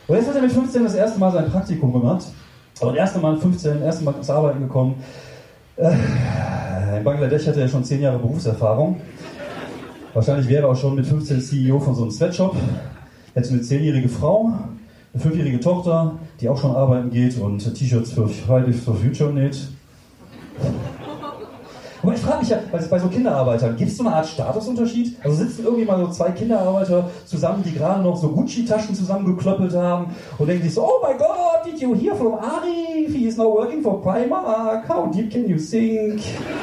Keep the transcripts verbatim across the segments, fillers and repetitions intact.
Und jetzt hat er mit fünfzehn das erste Mal sein Praktikum gemacht. Aber das erste Mal mit fünfzehn, das erste Mal ins Arbeiten gekommen. In Bangladesch hatte er schon zehn Jahre Berufserfahrung. Wahrscheinlich wäre er auch schon mit fünfzehn C E O von so einem Sweatshop. Hätte eine zehnjährige Frau, eine fünfjährige Tochter, die auch schon arbeiten geht und T-Shirts für Fridays for Future näht. Aber ich frage mich ja, bei, bei so Kinderarbeitern, gibt es so eine Art Statusunterschied? Also sitzen irgendwie mal so zwei Kinderarbeiter zusammen, die gerade noch so Gucci-Taschen zusammengeklöppelt haben und denken sich so, oh my God, did you hear from Arif? He is now working for Primark. How deep can you sink?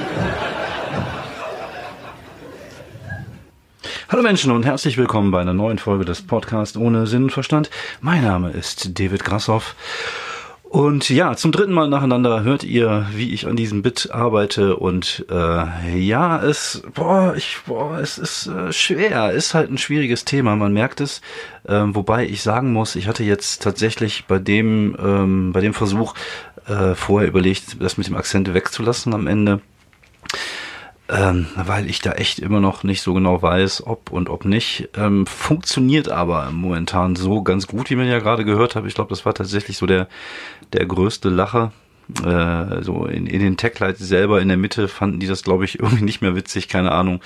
Hallo Menschen und herzlich willkommen bei einer neuen Folge des Podcasts ohne Sinn und Verstand. Mein Name ist David Grassoff. Und ja, zum dritten Mal nacheinander hört ihr, wie ich an diesem Bit arbeite und äh, ja, es, boah, ich, boah, es ist äh, schwer, ist halt ein schwieriges Thema, man merkt es, äh, wobei ich sagen muss, ich hatte jetzt tatsächlich bei dem, ähm, bei dem Versuch äh, vorher überlegt, das mit dem Akzent wegzulassen am Ende. Ähm, weil ich da echt immer noch nicht so genau weiß, ob und ob nicht. Ähm, funktioniert aber momentan so ganz gut, wie man ja gerade gehört hat. Ich glaube, das war tatsächlich so der der größte Lacher. Äh, so in, in den Tech-Lights selber in der Mitte fanden die das, glaube ich, irgendwie nicht mehr witzig, keine Ahnung.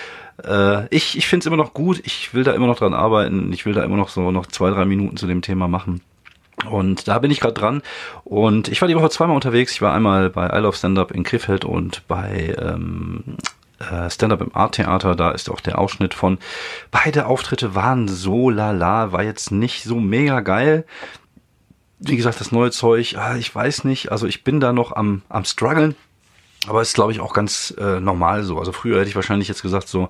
Äh, ich ich finde es immer noch gut. Ich will da immer noch dran arbeiten. Ich will da immer noch so noch zwei, drei Minuten zu dem Thema machen. Und da bin ich gerade dran und ich war die Woche zweimal unterwegs. Ich war einmal bei I Love Stand-Up in Krefeld und bei ähm, äh, Stand-Up im Art-Theater, da ist auch der Ausschnitt von. Beide Auftritte waren so lala, war jetzt nicht so mega geil. Wie gesagt, das neue Zeug, ah, ich weiß nicht, also ich bin da noch am am struggeln, aber ist, glaube ich, auch ganz äh, normal so. Also früher hätte ich wahrscheinlich jetzt gesagt so,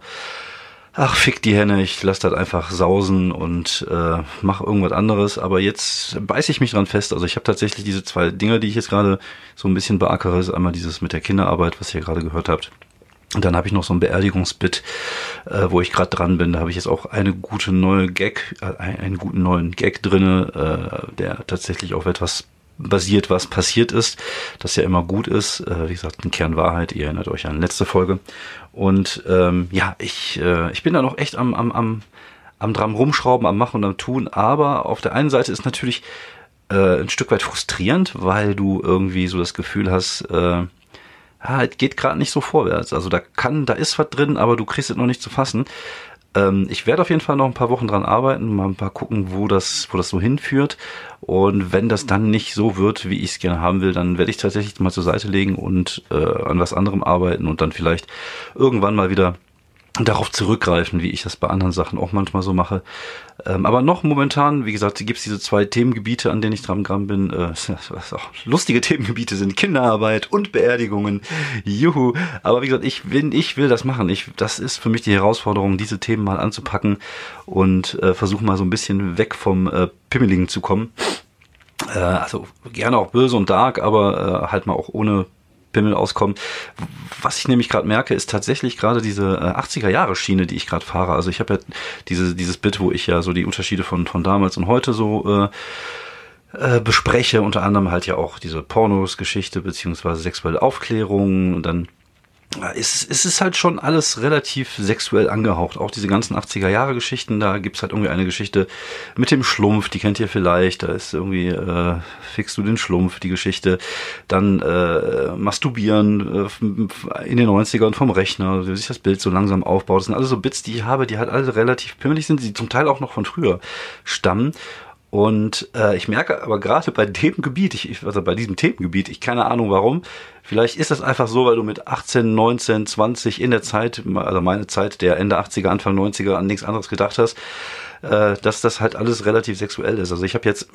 ach, fick die Henne, ich lasse das einfach sausen und äh, mache irgendwas anderes. Aber jetzt beiße ich mich dran fest. Also ich habe tatsächlich diese zwei Dinge, die ich jetzt gerade so ein bisschen beackere. Ist einmal dieses mit der Kinderarbeit, was ihr gerade gehört habt. Und dann habe ich noch so ein Beerdigungsbit, äh, wo ich gerade dran bin. Da habe ich jetzt auch eine gute neue Gag, äh, einen guten neuen Gag drinne, äh, der tatsächlich auf etwas basiert, was passiert ist, das ja immer gut ist. Äh, wie gesagt, ein Kern Wahrheit, ihr erinnert euch an letzte Folge. Und ähm, ja, ich äh, ich bin da noch echt am am am am dran rumschrauben, am machen und am tun. Aber auf der einen Seite ist natürlich äh, ein Stück weit frustrierend, weil du irgendwie so das Gefühl hast, äh, ah, es geht gerade nicht so vorwärts. Also da kann, da ist was drin, aber du kriegst es noch nicht zu fassen. Ähm, ich werde auf jeden Fall noch ein paar Wochen dran arbeiten, mal ein paar gucken, wo das, wo das so hinführt. Und wenn das dann nicht so wird, wie ich es gerne haben will, dann werde ich tatsächlich mal zur Seite legen und äh, an was anderem arbeiten und dann vielleicht irgendwann mal wieder darauf zurückgreifen, wie ich das bei anderen Sachen auch manchmal so mache. Ähm, aber noch momentan, wie gesagt, gibt es diese zwei Themengebiete, an denen ich dran dran bin. Äh, was auch lustige Themengebiete sind Kinderarbeit und Beerdigungen. Juhu. Aber wie gesagt, ich will, ich will das machen. Ich, das ist für mich die Herausforderung, diese Themen mal anzupacken und äh, versuche mal so ein bisschen weg vom äh, Pimmeligen zu kommen. Äh, also gerne auch böse und dark, aber äh, halt mal auch ohne Pimmel auskommen. Was ich nämlich gerade merke, ist tatsächlich gerade diese äh, achtziger-Jahre-Schiene, die ich gerade fahre. Also ich habe ja diese dieses Bit, wo ich ja so die Unterschiede von von damals und heute so äh, äh, bespreche. Unter anderem halt ja auch diese Pornos-Geschichte beziehungsweise sexuelle Aufklärung. Und dann ist es ist halt schon alles relativ sexuell angehaucht. Auch diese ganzen achtziger-Jahre-Geschichten, da gibt's halt irgendwie eine Geschichte mit dem Schlumpf, die kennt ihr vielleicht. Da ist irgendwie, äh, fixst du den Schlumpf, die Geschichte. Dann äh, Masturbieren äh, in den neunzigern vom Rechner, wie sich das Bild so langsam aufbaut. Das sind alles so Bits, die ich habe, die halt alle relativ pimmelig sind, die zum Teil auch noch von früher stammen. Und äh, ich merke aber gerade bei dem Gebiet, ich, also bei diesem Themengebiet, ich keine Ahnung warum, vielleicht ist das einfach so, weil du mit achtzehn, neunzehn, zwanzig in der Zeit, also meine Zeit, der Ende achtziger, Anfang neunziger an nichts anderes gedacht hast, äh, dass das halt alles relativ sexuell ist. Also ich habe jetzt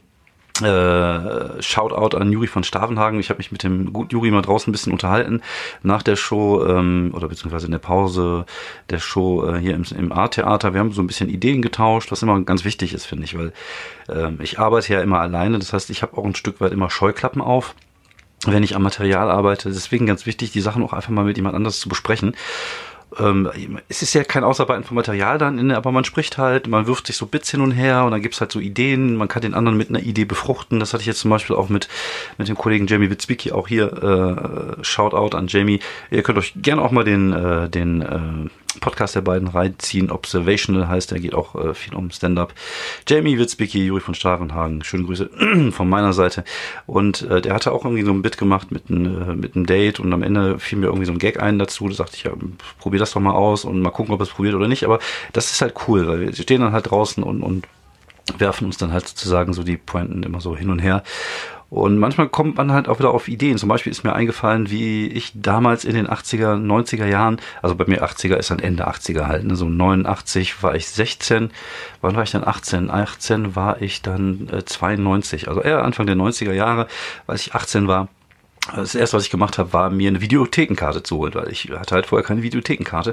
Äh, Shoutout an Juri von Stavenhagen. Ich habe mich mit dem guten Juri mal draußen ein bisschen unterhalten nach der Show ähm, oder beziehungsweise in der Pause der Show äh, hier im, im Art-Theater. Wir haben so ein bisschen Ideen getauscht, was immer ganz wichtig ist, finde ich, weil ähm, ich arbeite ja immer alleine. Das heißt, ich habe auch ein Stück weit immer Scheuklappen auf, wenn ich am Material arbeite. Deswegen ganz wichtig, die Sachen auch einfach mal mit jemand anders zu besprechen. Ähm, es ist ja kein Ausarbeiten von Material dann, aber man spricht halt, man wirft sich so Bits hin und her und dann gibt's halt so Ideen, man kann den anderen mit einer Idee befruchten. Das hatte ich jetzt zum Beispiel auch mit mit dem Kollegen Jamie Witzwicki, auch hier äh, Shoutout an Jamie. Ihr könnt euch gerne auch mal den äh, den äh, Podcast der beiden reinziehen. Observational heißt, der geht auch äh, viel um Stand-Up. Jamie Witzbicki, Juri von Stavenhagen, schöne Grüße von meiner Seite. Und äh, der hatte auch irgendwie so ein Bit gemacht mit einem äh, mit einem Date und am Ende fiel mir irgendwie so ein Gag ein dazu. Da sagte ich, ja, probier das doch mal aus und mal gucken, ob es probiert oder nicht. Aber das ist halt cool, weil wir stehen dann halt draußen und, und werfen uns dann halt sozusagen so die Pointen immer so hin und her. Und manchmal kommt man halt auch wieder auf Ideen. Zum Beispiel ist mir eingefallen, wie ich damals in den achtziger, neunziger Jahren, also bei mir achtziger ist dann Ende achtziger halt, ne, so neunundachtzig war ich sechzehn, wann war ich dann achtzehn? achtzehn war ich dann äh, zweiundneunzig, also eher Anfang der neunziger Jahre, als ich achtzehn war. Das erste, was ich gemacht habe, war mir eine Videothekenkarte zu holen, weil ich hatte halt vorher keine Videothekenkarte.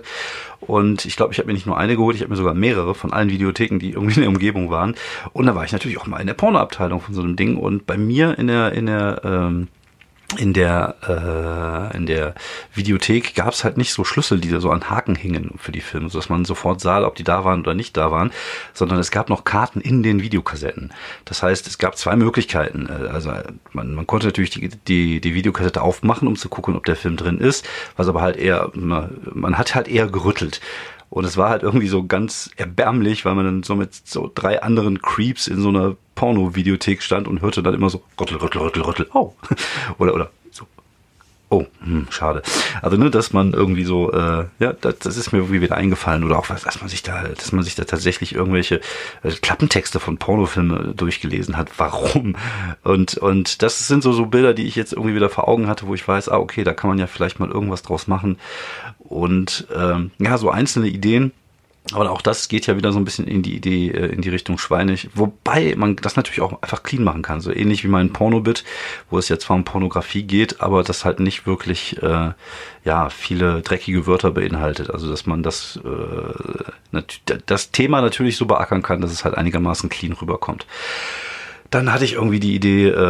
Und ich glaube, ich habe mir nicht nur eine geholt, ich habe mir sogar mehrere von allen Videotheken, die irgendwie in der Umgebung waren. Und da war ich natürlich auch mal in der Pornoabteilung von so einem Ding. Und bei mir in der in der ähm, in der äh, in der Videothek gab es halt nicht so Schlüssel, die da so an Haken hingen für die Filme, sodass man sofort sah, ob die da waren oder nicht da waren, sondern es gab noch Karten in den Videokassetten. Das heißt, es gab zwei Möglichkeiten. Also man, man konnte natürlich die, die, die Videokassette aufmachen, um zu gucken, ob der Film drin ist, was aber halt eher, man hat halt eher gerüttelt. Und es war halt irgendwie so ganz erbärmlich, weil man dann so mit so drei anderen Creeps in so einer Porno-Videothek stand und hörte dann immer so rüttel, rüttel, rüttel, rüttel, oh. Oder, oder so. Oh, hm, schade. Also, ne, dass man irgendwie so, äh, ja, das, das ist mir irgendwie wieder eingefallen. Oder auch, dass man sich da, dass man sich da tatsächlich irgendwelche äh, Klappentexte von Pornofilmen durchgelesen hat. Warum? Und, und das sind so, so Bilder, die ich jetzt irgendwie wieder vor Augen hatte, wo ich weiß, ah, okay, da kann man ja vielleicht mal irgendwas draus machen. Und, ähm, ja, so einzelne Ideen. Aber auch das geht ja wieder so ein bisschen in die Idee, in die Richtung schweinig. Wobei man das natürlich auch einfach clean machen kann. So ähnlich wie mein Pornobit, wo es jetzt zwar um Pornografie geht, aber das halt nicht wirklich, äh, ja, viele dreckige Wörter beinhaltet. Also, dass man das, äh, das Thema natürlich so beackern kann, dass es halt einigermaßen clean rüberkommt. Dann hatte ich irgendwie die Idee, äh,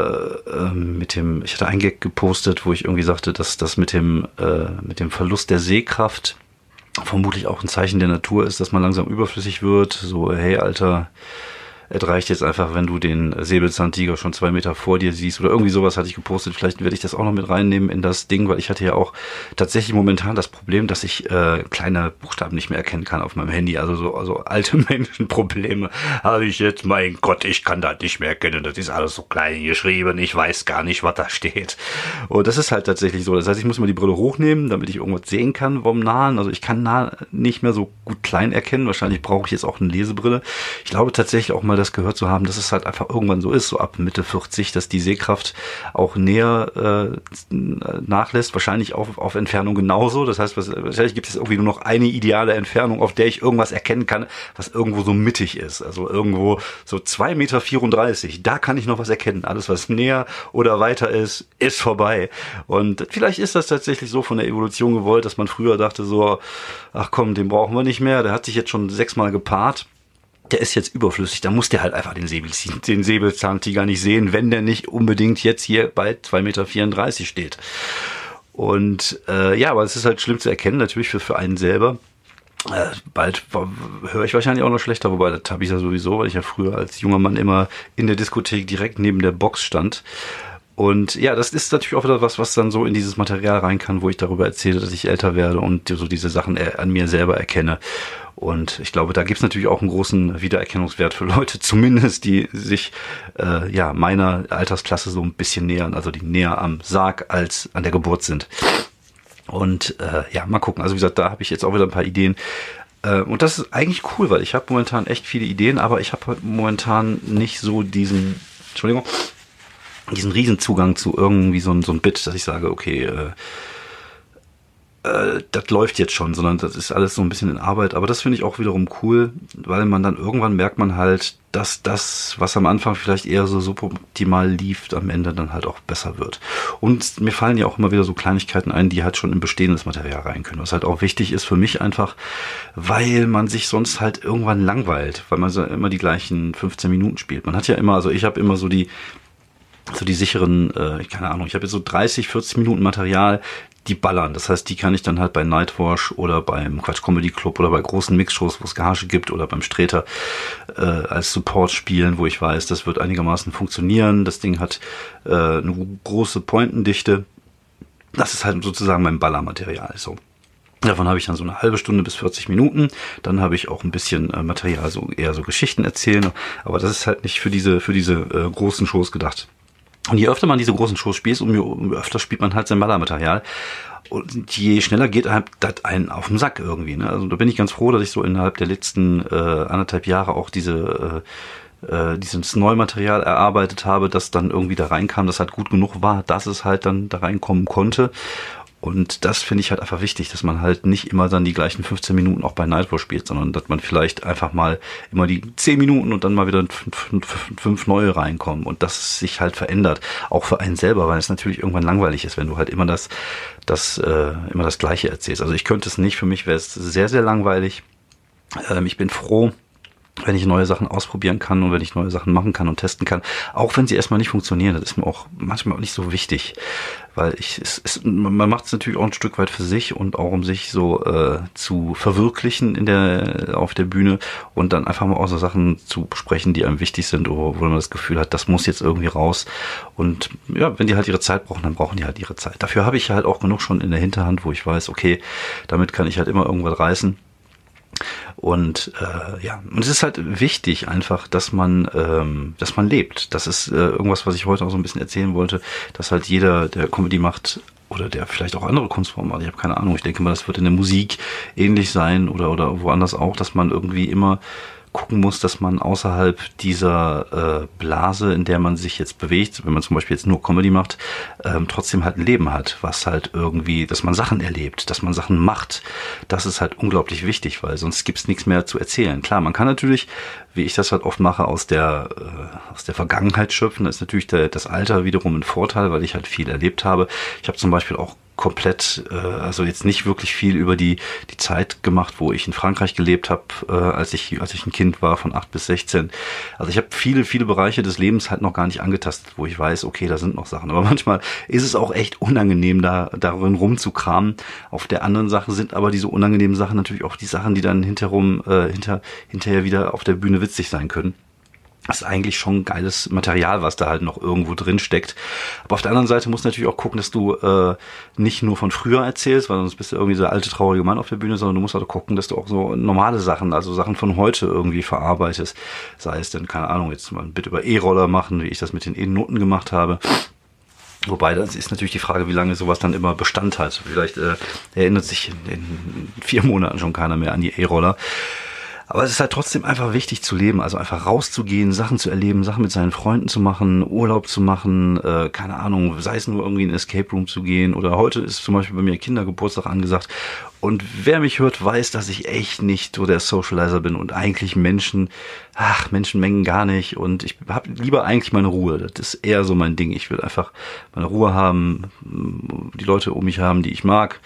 äh, mit dem, ich hatte einen Gag gepostet, wo ich irgendwie sagte, dass das mit dem, äh, mit dem Verlust der Sehkraft vermutlich auch ein Zeichen der Natur ist, dass man langsam überflüssig wird. So, hey, Alter, es reicht jetzt einfach, wenn du den Säbelzahntiger schon zwei Meter vor dir siehst oder irgendwie sowas hatte ich gepostet. Vielleicht werde ich das auch noch mit reinnehmen in das Ding, weil ich hatte ja auch tatsächlich momentan das Problem, dass ich äh, kleine Buchstaben nicht mehr erkennen kann auf meinem Handy. Also so also alte Menschenprobleme habe ich jetzt. Mein Gott, ich kann das nicht mehr erkennen. Das ist alles so klein geschrieben. Ich weiß gar nicht, was da steht. Und das ist halt tatsächlich so. Das heißt, ich muss mal die Brille hochnehmen, damit ich irgendwas sehen kann vom Nahen. Also ich kann nah nicht mehr so gut klein erkennen. Wahrscheinlich brauche ich jetzt auch eine Lesebrille. Ich glaube tatsächlich auch mal das gehört zu haben, dass es halt einfach irgendwann so ist, so ab Mitte vierzig, dass die Sehkraft auch näher äh, nachlässt, wahrscheinlich auf, auf Entfernung genauso. Das heißt, was, wahrscheinlich gibt es irgendwie nur noch eine ideale Entfernung, auf der ich irgendwas erkennen kann, was irgendwo so mittig ist. Also irgendwo so zwei Meter vierunddreißig, da kann ich noch was erkennen. Alles, was näher oder weiter ist, ist vorbei. Und vielleicht ist das tatsächlich so von der Evolution gewollt, dass man früher dachte so, ach komm, den brauchen wir nicht mehr, der hat sich jetzt schon sechsmal gepaart. Der ist jetzt überflüssig, da muss der halt einfach den, Säbel, den Säbelzahntiger nicht sehen, wenn der nicht unbedingt jetzt hier bei zwei Meter vierunddreißig steht. Und äh, ja, aber es ist halt schlimm zu erkennen, natürlich für, für einen selber. Äh, bald höre ich wahrscheinlich auch noch schlechter, wobei das habe ich ja sowieso, weil ich ja früher als junger Mann immer in der Diskothek direkt neben der Box stand. Und ja, das ist natürlich auch wieder was, was dann so in dieses Material rein kann, wo ich darüber erzähle, dass ich älter werde und so diese Sachen an mir selber erkenne. Und ich glaube, da gibt's natürlich auch einen großen Wiedererkennungswert für Leute, zumindest die sich äh, ja meiner Altersklasse so ein bisschen nähern, also die näher am Sarg als an der Geburt sind. Und äh, ja, mal gucken. Also wie gesagt, da habe ich jetzt auch wieder ein paar Ideen. Äh, und das ist eigentlich cool, weil ich habe momentan echt viele Ideen, aber ich habe momentan nicht so diesen, Entschuldigung, diesen Riesenzugang zu irgendwie so ein, so ein Bit, dass ich sage, okay, äh, äh, das läuft jetzt schon, sondern das ist alles so ein bisschen in Arbeit. Aber das finde ich auch wiederum cool, weil man dann irgendwann merkt man halt, dass das, was am Anfang vielleicht eher so suboptimal lief, am Ende dann halt auch besser wird. Und mir fallen ja auch immer wieder so Kleinigkeiten ein, die halt schon in bestehendes Material rein können. Was halt auch wichtig ist für mich einfach, weil man sich sonst halt irgendwann langweilt, weil man so immer die gleichen fünfzehn Minuten spielt. Man hat ja immer, also ich habe immer so die so die sicheren, äh, keine Ahnung, ich habe jetzt so dreißig, vierzig Minuten Material, die ballern. Das heißt, die kann ich dann halt bei Nightwash oder beim Quatsch Comedy Club oder bei großen Mixshows, wo es Gage gibt oder beim Streter äh, als Support spielen, wo ich weiß, das wird einigermaßen funktionieren. Das Ding hat äh, eine große Pointendichte. Das ist halt sozusagen mein Ballermaterial. So. Davon habe ich dann so eine halbe Stunde bis vierzig Minuten. Dann habe ich auch ein bisschen äh, Material, so eher so Geschichten erzählen. Aber das ist halt nicht für diese für diese äh, großen Shows gedacht. Und je öfter man diese großen Shows spielt, umso öfter spielt man halt sein Ballermaterial. Und je schneller geht halt das einen auf den Sack irgendwie. Ne? Also da bin ich ganz froh, dass ich so innerhalb der letzten äh, anderthalb Jahre auch diese äh, äh, dieses Neumaterial erarbeitet habe, das dann irgendwie da reinkam, das halt gut genug war, dass es halt dann da reinkommen konnte. Und das finde ich halt einfach wichtig, dass man halt nicht immer dann die gleichen fünfzehn Minuten auch bei Nightwatch spielt, sondern dass man vielleicht einfach mal immer die zehn Minuten und dann mal wieder fünf, fünf, fünf neue reinkommen und dass es sich halt verändert, auch für einen selber, weil es natürlich irgendwann langweilig ist, wenn du halt immer das, das, äh, immer das Gleiche erzählst. Also ich könnte es nicht, für mich wäre es sehr, sehr langweilig. Ähm, ich bin froh, wenn ich neue Sachen ausprobieren kann und wenn ich neue Sachen machen kann und testen kann, auch wenn sie erstmal nicht funktionieren, das ist mir auch manchmal auch nicht so wichtig, weil ich es, es man macht es natürlich auch ein Stück weit für sich und auch um sich so äh, zu verwirklichen in der auf der Bühne und dann einfach mal auch so Sachen zu besprechen, die einem wichtig sind, oder wo man das Gefühl hat, das muss jetzt irgendwie raus und ja, wenn die halt ihre Zeit brauchen, dann brauchen die halt ihre Zeit. Dafür habe ich halt auch genug schon in der Hinterhand, wo ich weiß, okay, damit kann ich halt immer irgendwas reißen. Und äh, ja, und es ist halt wichtig einfach, dass man, ähm, dass man lebt. Das ist äh, irgendwas, was ich heute auch so ein bisschen erzählen wollte, dass halt jeder, der Comedy macht oder der vielleicht auch andere Kunstformen macht, ich habe keine Ahnung, ich denke mal, das wird in der Musik ähnlich sein oder oder woanders auch, dass man irgendwie immer gucken muss, dass man außerhalb dieser äh, Blase, in der man sich jetzt bewegt, wenn man zum Beispiel jetzt nur Comedy macht, ähm, trotzdem halt ein Leben hat, was halt irgendwie, dass man Sachen erlebt, dass man Sachen macht. Das ist halt unglaublich wichtig, weil sonst gibt's nichts mehr zu erzählen. Klar, man kann natürlich, wie ich das halt oft mache, aus der äh, aus der Vergangenheit schöpfen. Da ist natürlich der, das Alter wiederum ein Vorteil, weil ich halt viel erlebt habe. Ich habe zum Beispiel auch komplett, äh, also jetzt nicht wirklich viel über die die Zeit gemacht, wo ich in Frankreich gelebt habe, äh, als ich als ich ein Kind war, von acht bis sechzehn. Also ich habe viele viele Bereiche des Lebens halt noch gar nicht angetastet, wo ich weiß, okay, da sind noch Sachen. Aber manchmal ist es auch echt unangenehm, da darin rumzukramen. Auf der anderen Sache sind aber diese unangenehmen Sachen natürlich auch die Sachen, die dann hinterrum äh, hinter hinterher wieder auf der Bühne witzig sein können. Das ist eigentlich schon geiles Material, was da halt noch irgendwo drin steckt. Aber auf der anderen Seite musst du natürlich auch gucken, dass du äh, nicht nur von früher erzählst, weil sonst bist du irgendwie so der alte, traurige Mann auf der Bühne, sondern du musst auch gucken, dass du auch so normale Sachen, also Sachen von heute irgendwie verarbeitest. Sei es denn, keine Ahnung, jetzt mal ein Bit über E-Roller machen, wie ich das mit den E-Noten gemacht habe. Wobei, das ist natürlich die Frage, wie lange sowas dann immer Bestand hat. Vielleicht äh, erinnert sich in, in vier Monaten schon keiner mehr an die E-Roller. Aber es ist halt trotzdem einfach wichtig zu leben, also einfach rauszugehen, Sachen zu erleben, Sachen mit seinen Freunden zu machen, Urlaub zu machen, äh, keine Ahnung, sei es nur irgendwie in ein Escape Room zu gehen oder heute ist zum Beispiel bei mir Kindergeburtstag angesagt. Und wer mich hört, weiß, dass ich echt nicht so der Socializer bin und eigentlich Menschen, ach, Menschenmengen gar nicht und ich habe lieber eigentlich meine Ruhe. Das ist eher so mein Ding. Ich will einfach meine Ruhe haben, die Leute um mich haben, die ich mag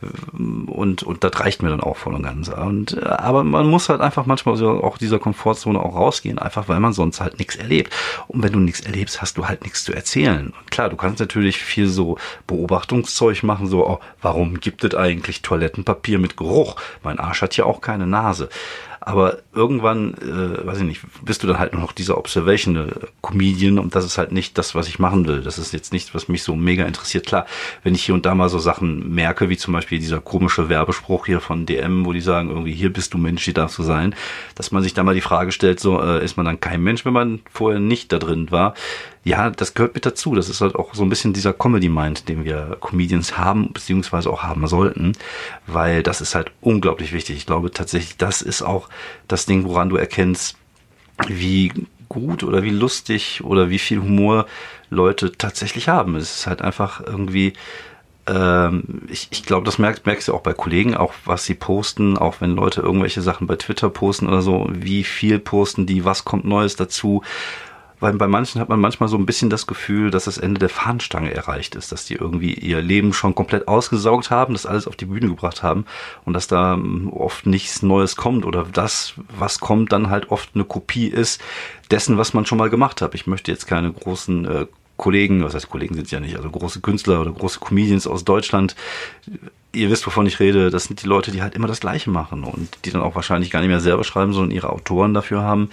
und und das reicht mir dann auch voll und ganz. Und aber man muss halt einfach manchmal auch dieser Komfortzone auch rausgehen, einfach weil man sonst halt nichts erlebt. Und wenn du nichts erlebst, hast du halt nichts zu erzählen. Und klar, du kannst natürlich viel so Beobachtungszeug machen, so, oh, warum gibt es eigentlich Toilettenpapier mit Geruch? Mein Arsch hat ja auch keine Nase. Aber irgendwann, äh, weiß ich nicht, bist du dann halt nur noch dieser Observational Comedian und das ist halt nicht das, was ich machen will. Das ist jetzt nicht, was mich so mega interessiert. Klar, wenn ich hier und da mal so Sachen merke, wie zum Beispiel dieser komische Werbespruch hier von D M, wo die sagen, irgendwie, hier bist du Mensch, hier darfst du sein, dass man sich da mal die Frage stellt, so, äh, ist man dann kein Mensch, wenn man vorher nicht da drin war? Ja, das gehört mit dazu. Das ist halt auch so ein bisschen dieser Comedy-Mind, den wir Comedians haben, beziehungsweise auch haben sollten, weil das ist halt unglaublich wichtig. Ich glaube tatsächlich, das ist auch das Ding, woran du erkennst, wie gut oder wie lustig oder wie viel Humor Leute tatsächlich haben. Es ist halt einfach irgendwie, ähm, ich, ich glaube, das merkst, merkst du auch bei Kollegen, auch was sie posten, auch wenn Leute irgendwelche Sachen bei Twitter posten oder so, wie viel posten die, was kommt Neues dazu. Weil bei manchen hat man manchmal so ein bisschen das Gefühl, dass das Ende der Fahnenstange erreicht ist, dass die irgendwie ihr Leben schon komplett ausgesaugt haben, das alles auf die Bühne gebracht haben und dass da oft nichts Neues kommt oder das, was kommt, dann halt oft eine Kopie ist dessen, was man schon mal gemacht hat. Ich möchte jetzt keine großen äh, Kollegen, was heißt Kollegen sind es ja nicht, also große Künstler oder große Comedians aus Deutschland, ihr wisst, wovon ich rede, das sind die Leute, die halt immer das Gleiche machen und die dann auch wahrscheinlich gar nicht mehr selber schreiben, sondern ihre Autoren dafür haben.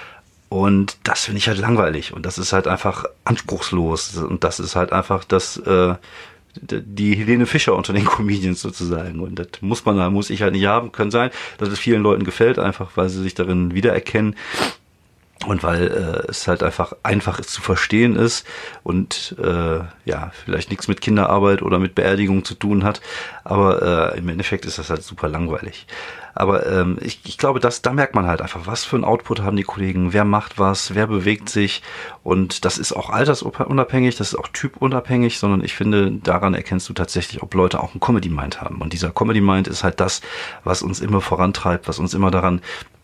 Und das finde ich halt langweilig und das ist halt einfach anspruchslos und das ist halt einfach das, äh, die Helene Fischer unter den Comedians sozusagen. Und das muss man, muss ich halt nicht haben. Kann sein, dass es vielen Leuten gefällt, einfach weil sie sich darin wiedererkennen. Und weil äh, es halt einfach einfach ist zu verstehen ist und äh, ja, vielleicht nichts mit Kinderarbeit oder mit Beerdigung zu tun hat, aber äh, im Endeffekt ist das halt super langweilig. Aber ähm, ich, ich glaube, dass da merkt man halt einfach, was für ein Output haben die Kollegen, wer macht was, wer bewegt sich, und das ist auch altersunabhängig, das ist auch typunabhängig, sondern ich finde, daran erkennst du tatsächlich, ob Leute auch einen Comedy-Mind haben. Und dieser Comedy-Mind ist halt das, was uns immer vorantreibt, was uns immer daran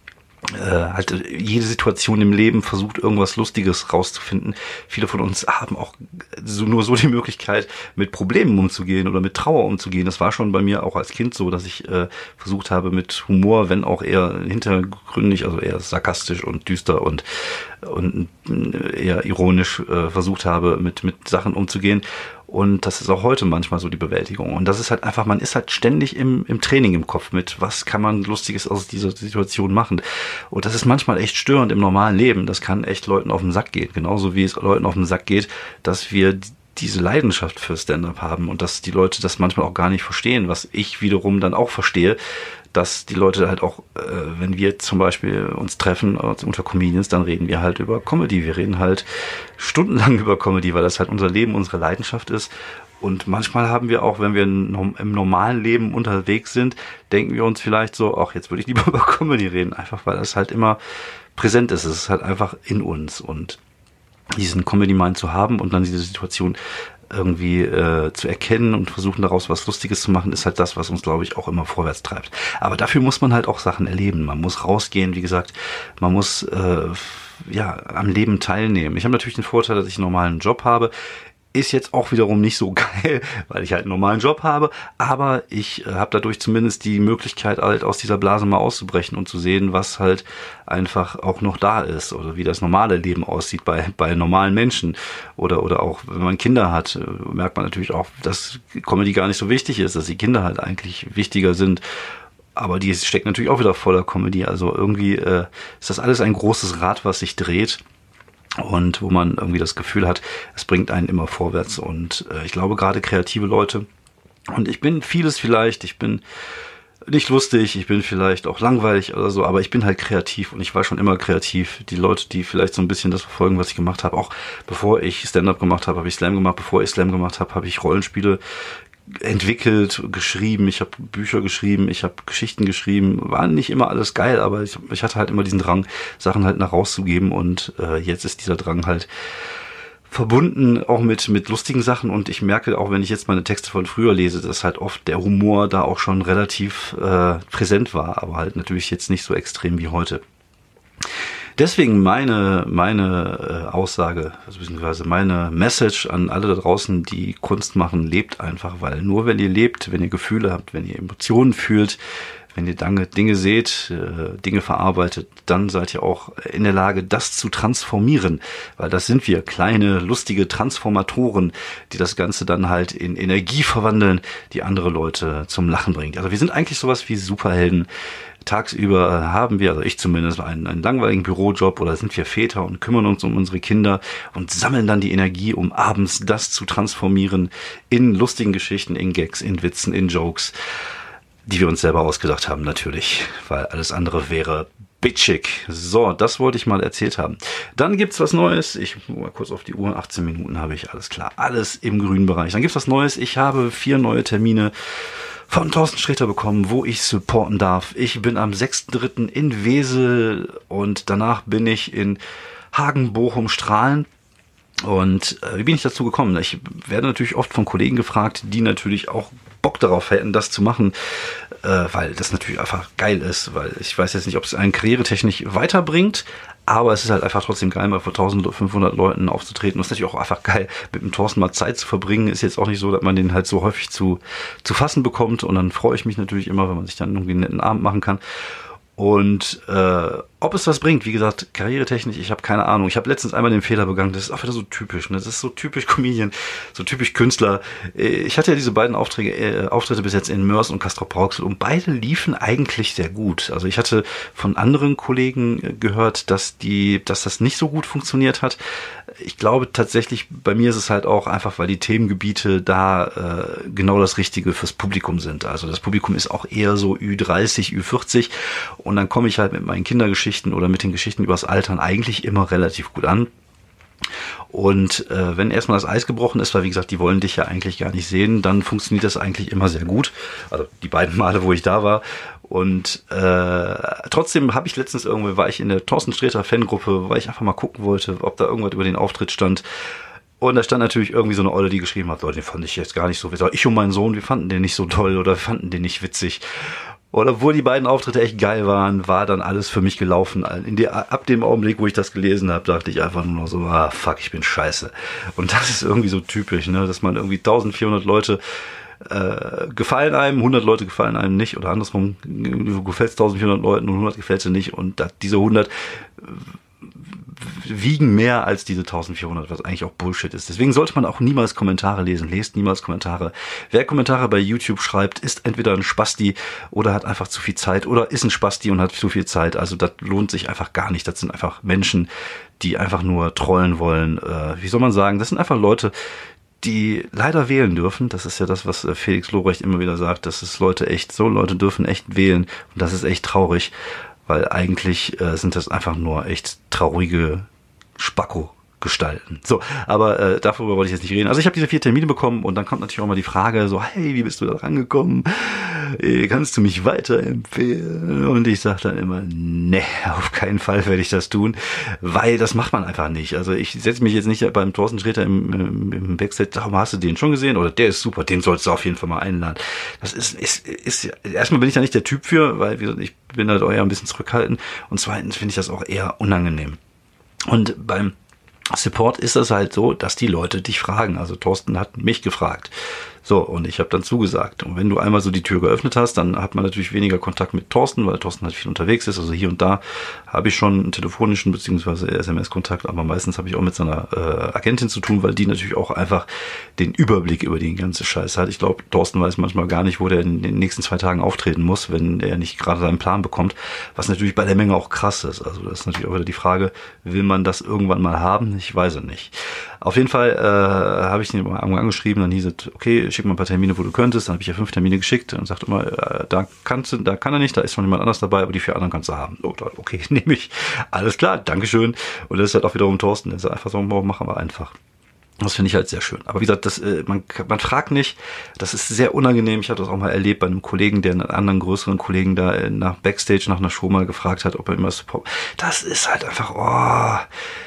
Äh, halt jede Situation im Leben versucht, irgendwas Lustiges rauszufinden. Viele von uns haben auch so, nur so die Möglichkeit, mit Problemen umzugehen oder mit Trauer umzugehen. Das war schon bei mir auch als Kind so, dass ich äh, versucht habe, mit Humor, wenn auch eher hintergründig, also eher sarkastisch und düster und, und eher ironisch äh, versucht habe, mit, mit Sachen umzugehen. Und das ist auch heute manchmal so die Bewältigung. Und das ist halt einfach, man ist halt ständig im, im Training im Kopf mit, was kann man Lustiges aus dieser Situation machen. Und das ist manchmal echt störend im normalen Leben. Das kann echt Leuten auf den Sack gehen. Genauso wie es Leuten auf den Sack geht, dass wir diese Leidenschaft für Stand-up haben und dass die Leute das manchmal auch gar nicht verstehen, was ich wiederum dann auch verstehe, dass die Leute halt auch, äh, wenn wir zum Beispiel uns treffen unter Comedians, dann reden wir halt über Comedy. Wir reden halt stundenlang über Comedy, weil das halt unser Leben, unsere Leidenschaft ist. Und manchmal haben wir auch, wenn wir im normalen Leben unterwegs sind, denken wir uns vielleicht so, ach, jetzt würde ich lieber über Comedy reden, einfach weil das halt immer präsent ist. Es ist halt einfach in uns, und diesen Comedy-Mind zu haben und dann diese Situation irgendwie äh, zu erkennen und versuchen, daraus was Lustiges zu machen, ist halt das, was uns, glaube ich, auch immer vorwärts treibt. Aber dafür muss man halt auch Sachen erleben. Man muss rausgehen, wie gesagt, man muss äh, ja am Leben teilnehmen. Ich habe natürlich den Vorteil, dass ich einen normalen Job habe. Ist jetzt auch wiederum nicht so geil, weil ich halt einen normalen Job habe, aber ich äh, habe dadurch zumindest die Möglichkeit, halt aus dieser Blase mal auszubrechen und zu sehen, was halt einfach auch noch da ist oder wie das normale Leben aussieht bei bei normalen Menschen, oder oder auch wenn man Kinder hat, äh, merkt man natürlich auch, dass Comedy gar nicht so wichtig ist, dass die Kinder halt eigentlich wichtiger sind. Aber die steckt natürlich auch wieder voller Comedy, also irgendwie äh, ist das alles ein großes Rad, was sich dreht. Und wo man irgendwie das Gefühl hat, es bringt einen immer vorwärts. Und äh, ich glaube, gerade kreative Leute, und ich bin vieles vielleicht, ich bin nicht lustig, ich bin vielleicht auch langweilig oder so, aber ich bin halt kreativ und ich war schon immer kreativ. Die Leute, die vielleicht so ein bisschen das verfolgen, was ich gemacht habe, auch bevor ich Stand-up gemacht habe, habe ich Slam gemacht, bevor ich Slam gemacht habe, habe ich Rollenspiele entwickelt, geschrieben, ich habe Bücher geschrieben, ich habe Geschichten geschrieben, war nicht immer alles geil, aber ich, ich hatte halt immer diesen Drang, Sachen halt nach rauszugeben, und äh, jetzt ist dieser Drang halt verbunden auch mit mit lustigen Sachen, und ich merke auch, wenn ich jetzt meine Texte von früher lese, dass halt oft der Humor da auch schon relativ äh, präsent war, aber halt natürlich jetzt nicht so extrem wie heute. Deswegen meine meine äh, Aussage, also beziehungsweise meine Message an alle da draußen, die Kunst machen: lebt einfach, weil nur wenn ihr lebt, wenn ihr Gefühle habt, wenn ihr Emotionen fühlt, wenn ihr Dinge, Dinge seht, äh, Dinge verarbeitet, dann seid ihr auch in der Lage, das zu transformieren, weil das sind wir, kleine, lustige Transformatoren, die das Ganze dann halt in Energie verwandeln, die andere Leute zum Lachen bringt. Also wir sind eigentlich sowas wie Superhelden. Tagsüber haben wir, also ich zumindest, einen, einen langweiligen Bürojob, oder sind wir Väter und kümmern uns um unsere Kinder und sammeln dann die Energie, um abends das zu transformieren in lustigen Geschichten, in Gags, in Witzen, in Jokes, die wir uns selber ausgedacht haben natürlich, weil alles andere wäre bitchig. So, das wollte ich mal erzählt haben. Dann gibt's was Neues. Ich mal kurz auf die Uhr. achtzehn Minuten habe ich, alles klar. Alles im grünen Bereich. Dann gibt's was Neues. Ich habe vier neue Termine von Thorsten Sträter bekommen, wo ich supporten darf. Ich bin am sechsten dritten in Wesel und danach bin ich in Hagen, Bochum, Strahlen. Und äh, wie bin ich dazu gekommen? Ich werde natürlich oft von Kollegen gefragt, die natürlich auch Bock darauf hätten, das zu machen, äh, weil das natürlich einfach geil ist, weil ich weiß jetzt nicht, ob es einen karrieretechnisch weiterbringt, aber es ist halt einfach trotzdem geil, mal vor eintausendfünfhundert Leuten aufzutreten. Und es ist natürlich auch einfach geil, mit dem Thorsten mal Zeit zu verbringen. Ist jetzt auch nicht so, dass man den halt so häufig zu, zu fassen bekommt, und dann freue ich mich natürlich immer, wenn man sich dann irgendwie einen netten Abend machen kann. Und äh, ob es was bringt, wie gesagt, karrieretechnisch, ich habe keine Ahnung. Ich habe letztens einmal den Fehler begangen, das ist auch wieder so typisch, ne? Das ist so typisch Comedian, so typisch Künstler. Ich hatte ja diese beiden Aufträge, äh, Auftritte bis jetzt in Mörs und Castrop-Rauxel und beide liefen eigentlich sehr gut. Also ich hatte von anderen Kollegen gehört, dass die, dass das nicht so gut funktioniert hat. Ich glaube tatsächlich, bei mir ist es halt auch einfach, weil die Themengebiete da äh, genau das Richtige fürs Publikum sind. Also das Publikum ist auch eher so Ü dreißig, Ü vierzig und dann komme ich halt mit meinen Kindergeschichten oder mit den Geschichten übers Altern eigentlich immer relativ gut an. Und äh, wenn erstmal das Eis gebrochen ist, weil wie gesagt, die wollen dich ja eigentlich gar nicht sehen, dann funktioniert das eigentlich immer sehr gut. Also die beiden Male, wo ich da war. Und äh, trotzdem habe ich letztens irgendwie, war ich in der Thorsten Sträter Fangruppe, weil ich einfach mal gucken wollte, ob da irgendwas über den Auftritt stand. Und da stand natürlich irgendwie so eine Olle, die geschrieben hat, Leute, den fand ich jetzt gar nicht so witzig. Ich und mein Sohn, wir fanden den nicht so toll oder wir fanden den nicht witzig. Und obwohl die beiden Auftritte echt geil waren, war dann alles für mich gelaufen. In der, ab dem Augenblick, wo ich das gelesen habe, dachte ich einfach nur noch so, ah, fuck, ich bin scheiße. Und das ist irgendwie so typisch, ne, dass man irgendwie eintausendvierhundert Leute äh, gefallen einem, hundert Leute gefallen einem nicht oder andersrum, du gefällst eintausendvierhundert Leuten und hundert gefällt dir nicht und da, diese hundert wiegen mehr als diese eintausendvierhundert, was eigentlich auch Bullshit ist. Deswegen sollte man auch niemals Kommentare lesen. Lest niemals Kommentare. Wer Kommentare bei YouTube schreibt, ist entweder ein Spasti oder hat einfach zu viel Zeit oder ist ein Spasti und hat zu viel Zeit. Also das lohnt sich einfach gar nicht. Das sind einfach Menschen, die einfach nur trollen wollen. Äh, wie soll man sagen? Das sind einfach Leute, die leider wählen dürfen. Das ist ja das, was Felix Lobrecht immer wieder sagt. Das ist Leute echt, so Leute dürfen echt wählen. Und das ist echt traurig. Weil eigentlich äh, sind das einfach nur echt traurige Spacko-Gestalten. So, aber äh, darüber wollte ich jetzt nicht reden. Also ich habe diese vier Termine bekommen und dann kommt natürlich auch mal die Frage so, hey, wie bist du da rangekommen? Äh, kannst du mich weiterempfehlen? Und ich sage dann immer, nee, auf keinen Fall werde ich das tun, weil das macht man einfach nicht. Also ich setze mich jetzt nicht beim Thorsten Sträter im, im, im Backstage, darum hast du den schon gesehen? Oder der ist super, den sollst du auf jeden Fall mal einladen. Das ist, ist, ist erstmal bin ich da nicht der Typ für, weil wie gesagt, ich bin halt eher ein bisschen zurückhaltend und zweitens finde ich das auch eher unangenehm. Und beim Support ist es halt so, dass die Leute dich fragen. Also Thorsten hat mich gefragt. So, und ich habe dann zugesagt. Und wenn du einmal so die Tür geöffnet hast, dann hat man natürlich weniger Kontakt mit Thorsten, weil Thorsten halt viel unterwegs ist. Also hier und da habe ich schon einen telefonischen bzw. S M S-Kontakt, aber meistens habe ich auch mit seiner äh, Agentin zu tun, weil die natürlich auch einfach den Überblick über den ganzen Scheiß hat. Ich glaube, Thorsten weiß manchmal gar nicht, wo der in den nächsten zwei Tagen auftreten muss, wenn er nicht gerade seinen Plan bekommt, was natürlich bei der Menge auch krass ist. Also das ist natürlich auch wieder die Frage, will man das irgendwann mal haben? Ich weiß es nicht. Auf jeden Fall äh, habe ich ihn einmal angeschrieben, dann hieß es, okay, schick mal ein paar Termine, wo du könntest. Dann habe ich ja fünf Termine geschickt und sagte immer, äh, da kannst du, da kann er nicht, da ist noch jemand anders dabei, aber die vier anderen kannst du haben. Oh, okay, nehme ich. Alles klar, Dankeschön. Und das ist halt auch wiederum Thorsten, der ist einfach so, machen wir einfach. Das finde ich halt sehr schön. Aber wie gesagt, das, äh, man, man fragt nicht, das ist sehr unangenehm. Ich habe das auch mal erlebt bei einem Kollegen, der einen anderen größeren Kollegen da äh, nach Backstage, nach einer Show mal gefragt hat, ob er immer Support. Das ist halt einfach, oh,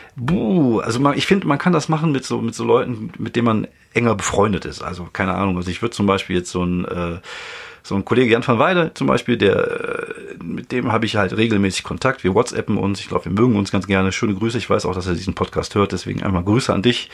buh. Also man, ich finde, man kann das machen mit so, mit so Leuten, mit denen man enger befreundet ist. Also keine Ahnung, also ich würde zum Beispiel jetzt so ein, äh, so ein Kollege Jan van Weide zum Beispiel, der, mit dem habe ich halt regelmäßig Kontakt. Wir WhatsAppen uns. Ich glaube, wir mögen uns ganz gerne. Schöne Grüße. Ich weiß auch, dass er diesen Podcast hört. Deswegen einmal Grüße an dich.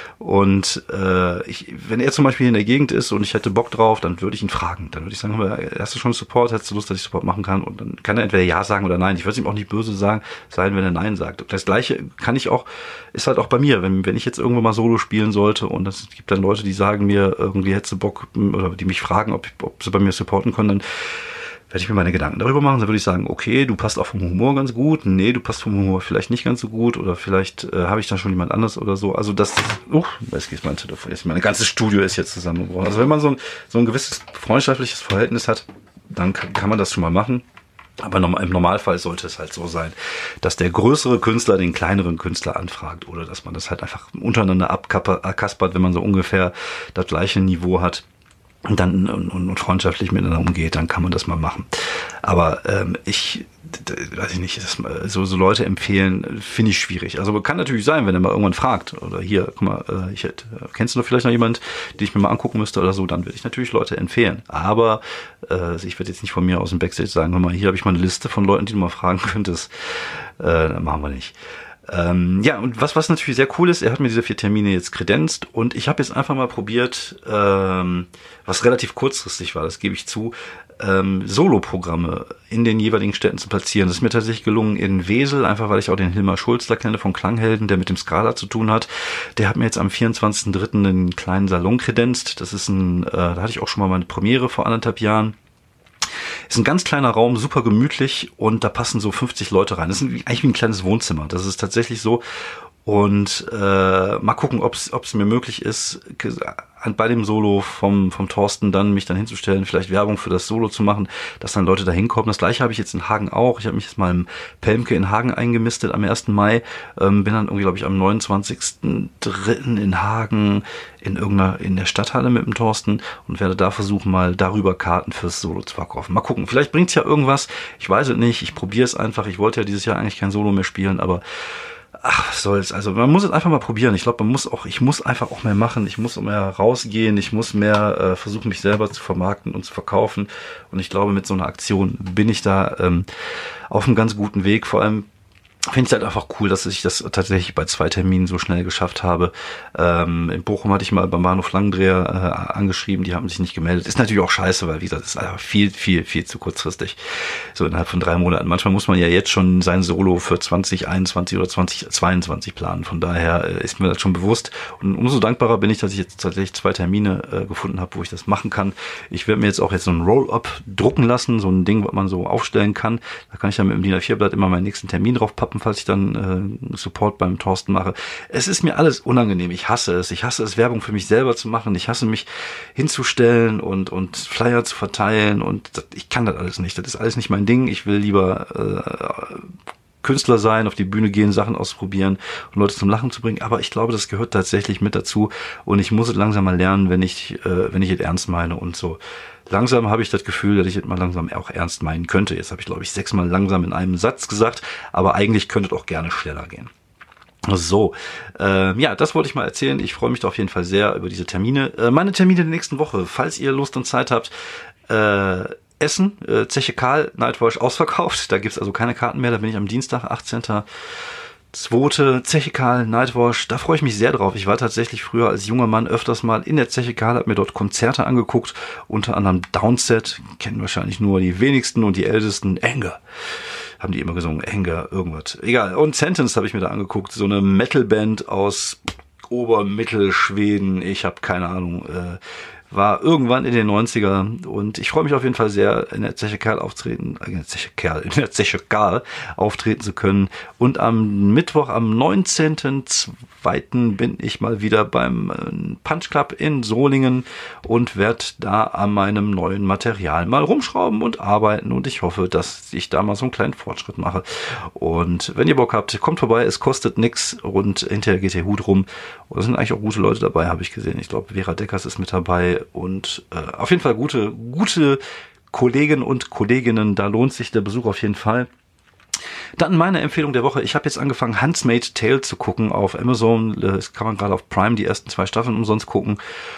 Und äh, ich, wenn er zum Beispiel hier in der Gegend ist und ich hätte Bock drauf, dann würde ich ihn fragen. Dann würde ich sagen, hast du schon Support? Hättest du Lust, dass ich Support machen kann? Und dann kann er entweder Ja sagen oder Nein. Ich würde es ihm auch nicht böse sagen, sein, wenn er Nein sagt. Das Gleiche kann ich auch, ist halt auch bei mir. Wenn, wenn ich jetzt irgendwann mal Solo spielen sollte und es gibt dann Leute, die sagen mir, irgendwie hättest du Bock, oder die mich fragen, ob, ob sie bei mir supporten können, dann werde ich mir meine Gedanken darüber machen. Dann würde ich sagen, okay, du passt auch vom Humor ganz gut. Nee, du passt vom Humor vielleicht nicht ganz so gut. Oder vielleicht äh, habe ich dann schon jemand anderes oder so. Also das, uh, jetzt geht mein Telefon, jetzt mein ganzes Studio ist jetzt zusammengebrochen. Also wenn man so ein, so ein gewisses freundschaftliches Verhältnis hat, dann kann, kann man das schon mal machen. Aber im Normalfall sollte es halt so sein, dass der größere Künstler den kleineren Künstler anfragt. Oder dass man das halt einfach untereinander abkaspert, wenn man so ungefähr das gleiche Niveau hat. Und dann und, und freundschaftlich miteinander umgeht, dann kann man das mal machen. Aber ähm, ich, d- weiß ich nicht, das, so, so Leute empfehlen, finde ich schwierig. Also kann natürlich sein, wenn er mal irgendwann fragt, oder hier, guck mal, äh, ich hätte, kennst du noch vielleicht noch jemand, den ich mir mal angucken müsste oder so, dann würde ich natürlich Leute empfehlen. Aber äh, ich würde jetzt nicht von mir aus dem Backstage sagen, hör mal, hier habe ich mal eine Liste von Leuten, die du mal fragen könntest. Äh, machen wir nicht. Ähm, ja, und was was natürlich sehr cool ist, er hat mir diese vier Termine jetzt kredenzt und ich habe jetzt einfach mal probiert, ähm, was relativ kurzfristig war, das gebe ich zu, ähm, Solo-Programme in den jeweiligen Städten zu platzieren. Das ist mir tatsächlich gelungen in Wesel, einfach weil ich auch den Hilmar Schulz da kenne von Klanghelden, der mit dem Skala zu tun hat. Der hat mir jetzt am vierundzwanzigsten dritten einen kleinen Salon kredenzt. Das ist ein, äh, da hatte ich auch schon mal meine Premiere vor anderthalb Jahren. Ist ein ganz kleiner Raum, super gemütlich und da passen so fünfzig Leute rein. Das ist eigentlich wie ein kleines Wohnzimmer. Das ist tatsächlich so. Und äh, mal gucken, ob es mir möglich ist, bei dem Solo vom vom Thorsten dann mich dann hinzustellen, vielleicht Werbung für das Solo zu machen, dass dann Leute da hinkommen. Das gleiche habe ich jetzt in Hagen auch. Ich habe mich jetzt mal im Pelmke in Hagen eingemistet am ersten Mai. Ähm, bin dann irgendwie, glaube ich, am neunundzwanzigsten dritten in Hagen in irgendeiner in der Stadthalle mit dem Thorsten und werde da versuchen, mal darüber Karten fürs Solo zu verkaufen. Mal gucken, vielleicht bringt's ja irgendwas. Ich weiß es nicht. Ich probiere es einfach. Ich wollte ja dieses Jahr eigentlich kein Solo mehr spielen, aber ach, was soll's. Also man muss es einfach mal probieren. Ich glaube, man muss auch, ich muss einfach auch mehr machen. Ich muss mehr rausgehen. Ich muss mehr äh, versuchen, mich selber zu vermarkten und zu verkaufen. Und ich glaube, mit so einer Aktion bin ich da ähm, auf einem ganz guten Weg. Vor allem finde ich halt einfach cool, dass ich das tatsächlich bei zwei Terminen so schnell geschafft habe. Ähm, in Bochum hatte ich mal beim Bahnhof Langendreher äh, angeschrieben, die haben sich nicht gemeldet. Ist natürlich auch scheiße, weil wie gesagt, ist einfach viel, viel, viel zu kurzfristig. So innerhalb von drei Monaten. Manchmal muss man ja jetzt schon sein Solo für zwanzig einundzwanzig oder zwanzig zweiundzwanzig planen. Von daher äh, ist mir das schon bewusst. Und umso dankbarer bin ich, dass ich jetzt tatsächlich zwei Termine äh, gefunden habe, wo ich das machen kann. Ich werde mir jetzt auch jetzt so ein Roll-Up drucken lassen, so ein Ding, was man so aufstellen kann. Da kann ich dann mit dem D I N A vier Blatt immer meinen nächsten Termin drauf pappen, falls ich dann äh, Support beim Thorsten mache. Es ist mir alles unangenehm. Ich hasse es. Ich hasse es, Werbung für mich selber zu machen. Ich hasse mich hinzustellen und und Flyer zu verteilen und das, ich kann das alles nicht. Das ist alles nicht mein Ding. Ich will lieber äh, Künstler sein, auf die Bühne gehen, Sachen ausprobieren und Leute zum Lachen zu bringen. Aber ich glaube, das gehört tatsächlich mit dazu und ich muss es langsam mal lernen, wenn ich äh, wenn ich es ernst meine und so. Langsam habe ich das Gefühl, dass ich es mal langsam auch ernst meinen könnte. Jetzt habe ich, glaube ich, sechsmal langsam in einem Satz gesagt, aber eigentlich könnte es auch gerne schneller gehen. So, äh, ja, das wollte ich mal erzählen. Ich freue mich da auf jeden Fall sehr über diese Termine. Äh, meine Termine der nächsten Woche, falls ihr Lust und Zeit habt, äh, Essen, äh, Zeche Karl, Nightwatch ausverkauft. Da gibt's also keine Karten mehr. Da bin ich am Dienstag, achtzehnten Zweite Zeche Karl, Nightwash, da freue ich mich sehr drauf. Ich war tatsächlich früher als junger Mann öfters mal in der Zeche Karl, habe mir dort Konzerte angeguckt, unter anderem Downset, kennen wahrscheinlich nur die wenigsten und die ältesten, Anger, haben die immer gesungen, Anger, irgendwas, egal. Und Sentence habe ich mir da angeguckt, so eine Metalband aus Obermittelschweden, ich habe keine Ahnung, äh, war irgendwann in den neunziger und ich freue mich auf jeden Fall sehr, in der Zeche Karl auftreten, in der Zeche Karl, in der Zeche Karl auftreten zu können. Und am Mittwoch, am neunzehnten zweiten bin ich mal wieder beim Punch Club in Solingen und werde da an meinem neuen Material mal rumschrauben und arbeiten und ich hoffe, dass ich da mal so einen kleinen Fortschritt mache. Und wenn ihr Bock habt, kommt vorbei, es kostet nix und hinterher geht der Hut rum. Und da sind eigentlich auch gute Leute dabei, habe ich gesehen. Ich glaube, Vera Deckers ist mit dabei. Und äh, auf jeden Fall gute, gute Kollegen und Kolleginnen, da lohnt sich der Besuch auf jeden Fall. Dann meine Empfehlung der Woche, ich habe jetzt angefangen, Handmaid's Tale zu gucken auf Amazon, das kann man gerade auf Prime die ersten zwei Staffeln umsonst gucken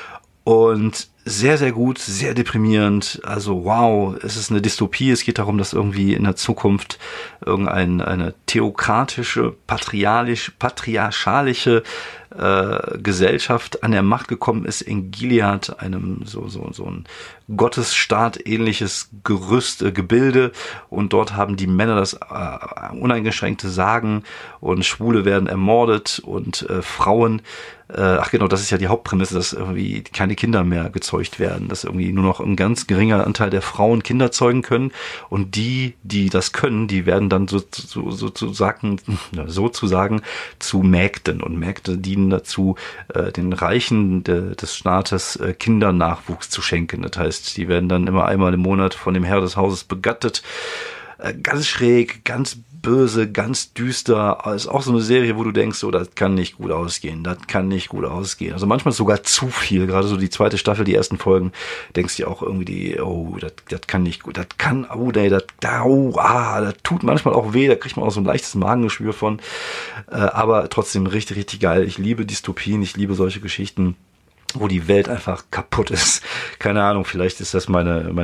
und sehr, sehr gut, sehr deprimierend, also wow, es ist eine Dystopie, es geht darum, dass irgendwie in der Zukunft irgendeine eine theokratische, patriarchisch, patriarchalische äh, Gesellschaft an der Macht gekommen ist in Gilead, einem so so so ein Gottesstaat ähnliches Gerüst, äh, Gebilde und dort haben die Männer das äh, uneingeschränkte Sagen und Schwule werden ermordet und äh, Frauen, äh, ach genau, das ist ja die Hauptprämisse, dass irgendwie keine Kinder mehr gezeugt werden, dass irgendwie nur noch ein ganz geringer Anteil der Frauen Kinder zeugen können und die, die das können, die werden dann so, so, sozusagen, sozusagen zu Mägden und Mägde dienen dazu, äh, den Reichen de, des Staates äh, Kindernachwuchs zu schenken. Das heißt, die werden dann immer einmal im Monat von dem Herr des Hauses begattet. Äh, ganz schräg, ganz böse, ganz düster. Ist auch so eine Serie, wo du denkst, so, das kann nicht gut ausgehen, das kann nicht gut ausgehen. Also manchmal sogar zu viel, gerade so die zweite Staffel, die ersten Folgen, denkst du auch irgendwie, die, oh, das, das kann nicht gut, das kann, oh, nee, das, oh, ah, das tut manchmal auch weh, da kriegt man auch so ein leichtes Magengeschwür von, äh, aber trotzdem richtig, richtig geil. Ich liebe Dystopien, ich liebe solche Geschichten, wo die Welt einfach kaputt ist. Keine Ahnung, vielleicht ist das meine, meine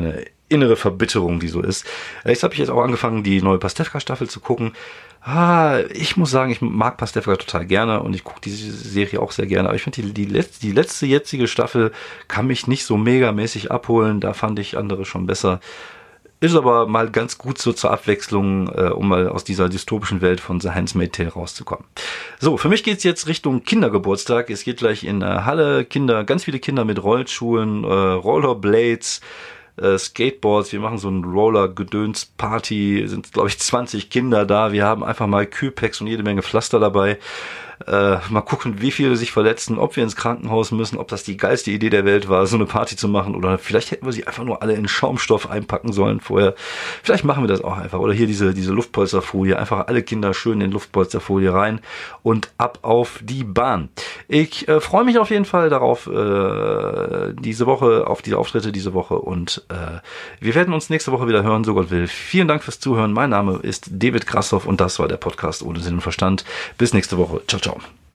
innere Verbitterung, die so ist. Jetzt habe ich jetzt auch angefangen, die neue Pastewka-Staffel zu gucken. Ah, ich muss sagen, ich mag Pastewka total gerne und ich gucke diese Serie auch sehr gerne. Aber ich finde, die, die, letzte, die letzte jetzige Staffel kann mich nicht so megamäßig abholen. Da fand ich andere schon besser. Ist aber mal ganz gut so zur Abwechslung, äh, um mal aus dieser dystopischen Welt von The Handmaid's Tale rauszukommen. So, für mich geht's jetzt Richtung Kindergeburtstag. Es geht gleich in äh, Halle, Kinder, ganz viele Kinder mit Rollschuhen, äh, Rollerblades, äh, Skateboards. Wir machen so ein Roller-Gedöns-Party. Sind, glaube ich, zwanzig Kinder da. Wir haben einfach mal Kühlpacks und jede Menge Pflaster dabei. Äh, mal gucken, wie viele sich verletzen, ob wir ins Krankenhaus müssen, ob das die geilste Idee der Welt war, so eine Party zu machen, oder vielleicht hätten wir sie einfach nur alle in Schaumstoff einpacken sollen vorher. Vielleicht machen wir das auch einfach. Oder hier diese, diese Luftpolsterfolie, einfach alle Kinder schön in Luftpolsterfolie rein und ab auf die Bahn. Ich äh, freue mich auf jeden Fall darauf, äh, diese Woche, auf die Auftritte diese Woche, und äh, wir werden uns nächste Woche wieder hören, so Gott will. Vielen Dank fürs Zuhören. Mein Name ist David Grassoff und das war der Podcast ohne Sinn und Verstand. Bis nächste Woche. Ciao, ciao.